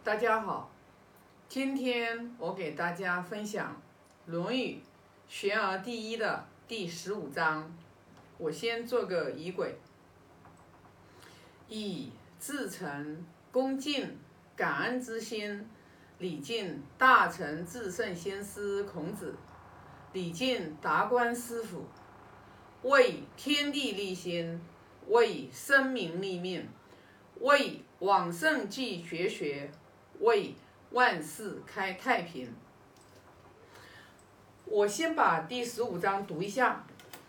大家好，今天我给大家分享《论语·学而第一》的第15章。我先做个仪轨：以至诚、恭敬、感恩之心，礼敬大成至圣先师孔子，礼敬达观师傅，为天地立心，为生民立命，为往圣继绝学，为万世开太平。我先把第15章读一下。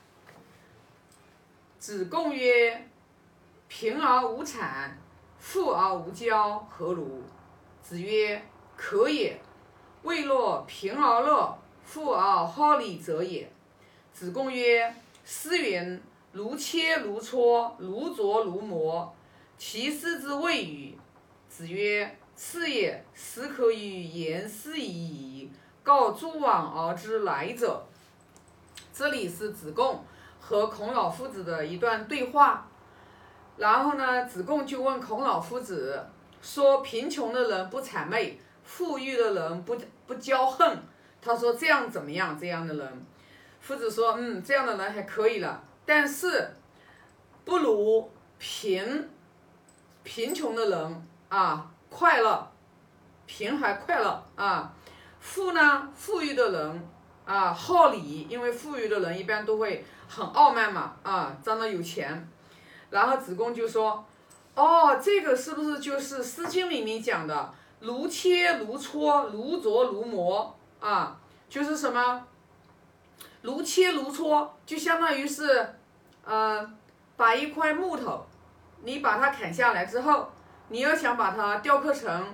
子贡曰：贫而无谄，富而无骄，何如？子曰：可也。未若贫而乐，富而好礼者也。子贡曰：诗云：如切如磋，如琢如磨，其斯之谓与？子曰：是也。始可与言师已矣，告诸往而知来者。这里是子贡和孔老夫子的一段对话。然后呢，子贡就问孔老夫子说：贫穷的人不谄媚，富裕的人不骄横。他说这样怎么样？这样的人，夫子说这样的人还可以了，但是不如贫穷的人快乐，贫还快乐富呢，富裕的人好礼，因为富裕的人一般都会很傲慢嘛长得有钱。然后子贡就说：这个是不是就是《诗经》里面讲的如切如磋，如琢如磨就是什么？如切如磋，就相当于是把一块木头，你把它砍下来之后，你要想把它雕刻成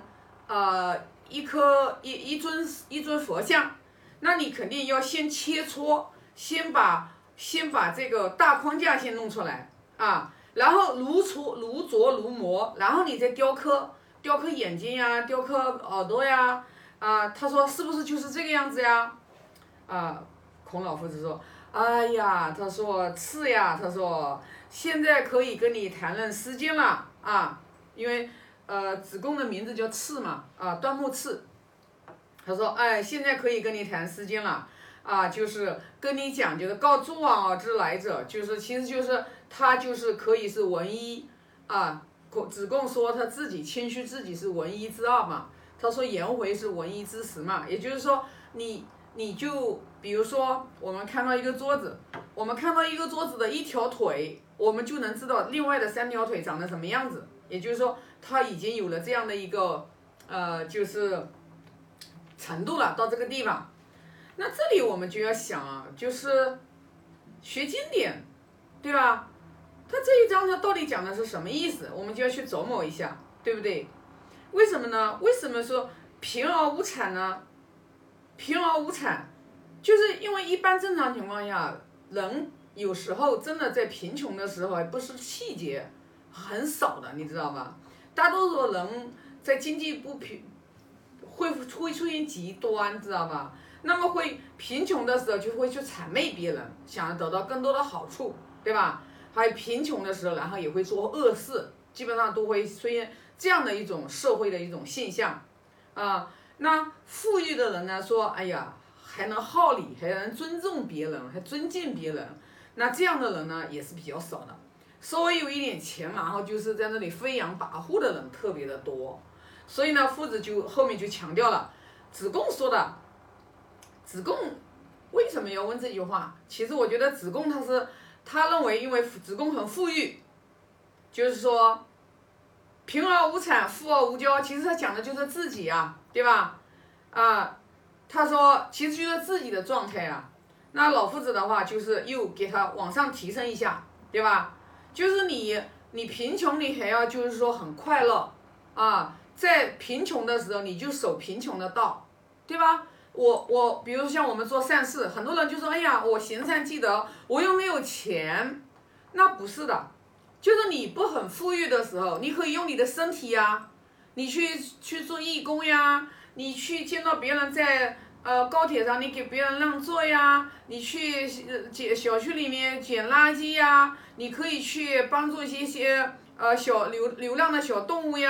一尊佛像，那你肯定要先切磋，先把这个大框架先弄出来然后如琢如磨，然后你再雕刻眼睛呀，雕刻耳朵呀他说是不是就是这个样子呀？孔老夫子说：哎呀，他说是呀，他说现在可以跟你谈论《诗经》了因为子贡的名字叫赤嘛端木赤。他说现在可以跟你谈《诗经》了就是跟你讲，就是告诸往而知来者，就是其实就是他就是可以是文一子贡说他自己谦虚自己是文一之二嘛，他说颜回是文一之十嘛，也就是说你就比如说我们看到一个桌子的一条腿，我们就能知道另外的3条腿长得什么样子，也就是说他已经有了这样的一个就是程度了，到这个地方。那这里我们就要想就是学经典，对吧？他这一章他到底讲的是什么意思？我们就要去琢磨一下，对不对？为什么呢？为什么说贫而无谄呢？贫而无谄，就是因为一般正常情况下，人有时候真的在贫穷的时候不是气节很少的，你知道吧？大多数人在经济不平会出现极端，知道吧？那么会贫穷的时候就会去谄媚别人，想要得到更多的好处，对吧？还有贫穷的时候，然后也会做恶事，基本上都会出现这样的一种社会的一种现象那富裕的人呢说，哎呀，还能好礼，还能尊重别人，还尊敬别人，那这样的人呢也是比较少的。稍微有一点钱，然后就是在那里飞扬跋扈的人特别的多。所以呢，夫子就后面就强调了子贡说的。子贡为什么要问这句话？其实我觉得子贡他认为，因为子贡很富裕，就是说贫而无谄，富而无骄，其实他讲的就是自己对吧？他说其实就是自己的状态那老夫子的话就是又给他往上提升一下，对吧？就是你贫穷，你还要就是说很快乐在贫穷的时候你就守贫穷的道，对吧？我比如像我们做善事，很多人就说，哎呀，我行善积德，我又没有钱。那不是的，就是你不很富裕的时候，你可以用你的身体你去做义工你去见到别人在高铁上，你给别人让座你去小区里面捡垃圾你可以去帮助一些小流浪的小动物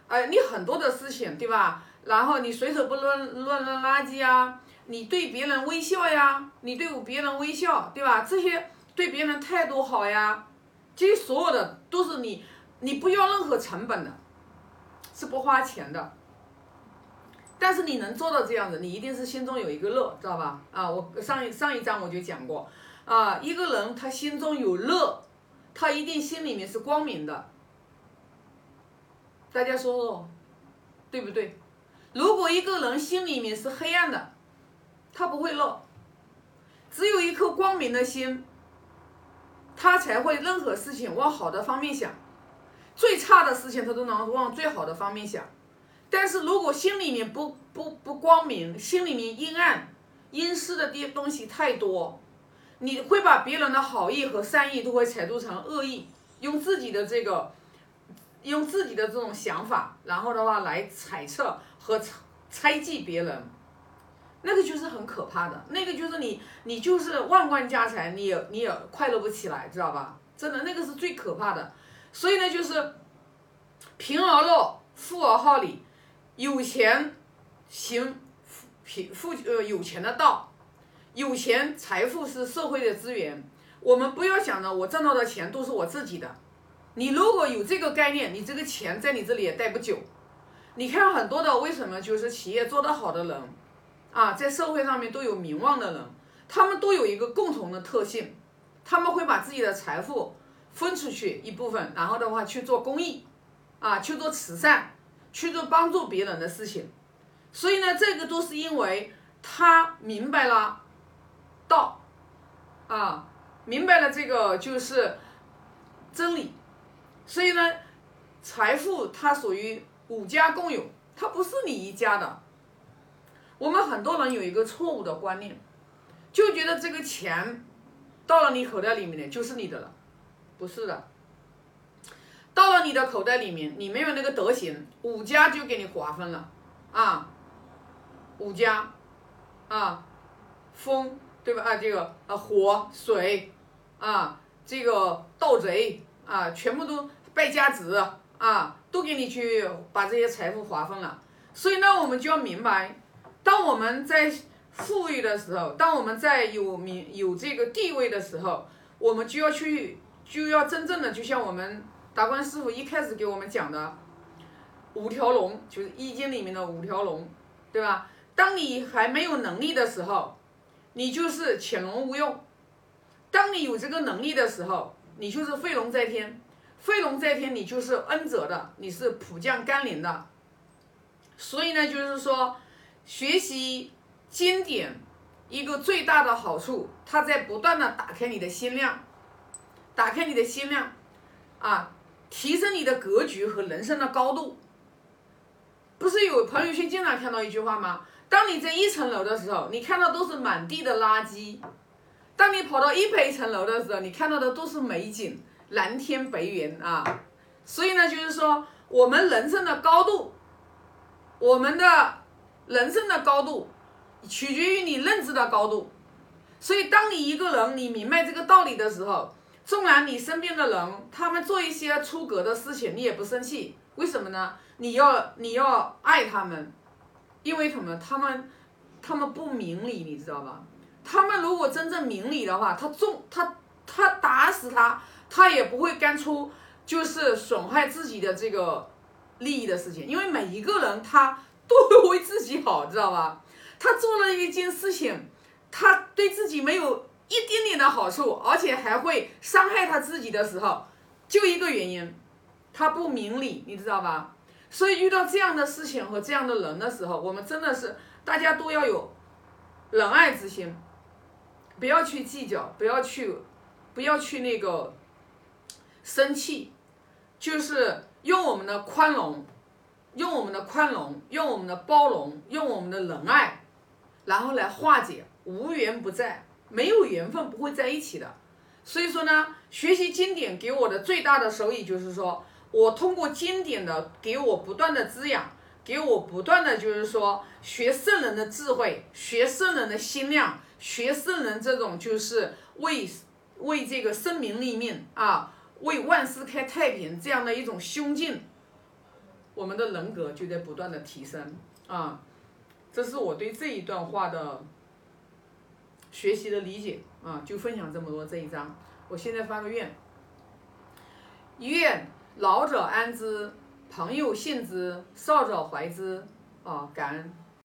你很多的事情，对吧？然后你随手不乱扔垃圾啊，你对别人微笑呀，你对别人微笑，对吧？这些对别人态度好呀，这些所有的都是你不要任何成本的，是不花钱的。但是你能做到这样子，你一定是心中有一个乐，知道吧？我上一章我就讲过，一个人他心中有乐，他一定心里面是光明的。大家说说，对不对？如果一个人心里面是黑暗的，他不会乐。只有一颗光明的心，他才会任何事情往好的方面想，最差的事情他都能往最好的方面想。但是如果心里面不光明，心里面阴暗、阴湿的东西太多，你会把别人的好意和善意都会解读成恶意，用自己的这种想法，然后的话来猜测和猜忌别人，那个就是很可怕的，那个就是你就是万贯家财，你也快乐不起来，知道吧？真的，那个是最可怕的。所以呢，就是贫而乐，富而好礼，有钱行有钱的道，有钱财富是社会的资源，我们不要想着我挣到的钱都是我自己的。你如果有这个概念，你这个钱在你这里也待不久。你看很多的为什么就是企业做得好的人在社会上面都有名望的人，他们都有一个共同的特性，他们会把自己的财富分出去一部分，然后的话去做公益去做慈善，去做帮助别人的事情。所以呢，这个都是因为他明白了道明白了这个就是真理。所以呢，财富它属于五家共有，它不是你一家的。我们很多人有一个错误的观念，就觉得这个钱到了你口袋里面的就是你的了，不是的。到了你的口袋里面，你没有那个德行，五家就给你划分了五家风，对吧？这个火水这个盗贼全部都败家子都给你去把这些财富划分了。所以呢，我们就要明白，当我们在富裕的时候，当我们在有这个地位的时候，我们就要真正的，就像我们达观师父一开始给我们讲的五条龙，就是易经里面的五条龙，对吧？当你还没有能力的时候，你就是潜龙勿用；当你有这个能力的时候，你就是飞龙在天。飞龙在天，你就是恩泽的，你是普降甘霖的。所以呢，就是说学习经典一个最大的好处，它在不断的打开你的心量，提升你的格局和人生的高度。不是有朋友圈经常看到一句话吗？当你在1层楼的时候，你看到都是满地的垃圾；当你跑到100层楼的时候，你看到的都是美景，蓝天白云所以呢，就是说我们人生的高度，取决于你认知的高度。所以当你一个人你明白这个道理的时候，纵然你身边的人他们做一些出格的事情，你也不生气。为什么呢？你要爱他们，因为什么？他们不明理，你知道吧？他们如果真正明理的话，他打死他也不会干出就是损害自己的这个利益的事情。因为每一个人他都会为自己好，知道吧？他做了一件事情，他对自己没有一点点的好处，而且还会伤害他自己的时候，就一个原因，他不明理，你知道吧？所以遇到这样的事情和这样的人的时候，我们真的是大家都要有仁爱之心，不要去计较，不要去那个生气，就是用我们的宽容，用我们的包容，用我们的仁爱，然后来化解无缘不在，没有缘分不会在一起的。所以说呢，学习经典给我的最大的收益就是说，我通过经典的给我不断的滋养，给我不断的就是说学圣人的智慧，学圣人的心量，学圣人这种就是为这个生民立命为万世开太平这样的一种胸襟。 我们的人格就在不断的提升啊。这是我对这一段话的学习的理解啊，就分享这么多这一章。我现在发个愿，愿老者安之，朋友信之，少者怀之啊，感恩。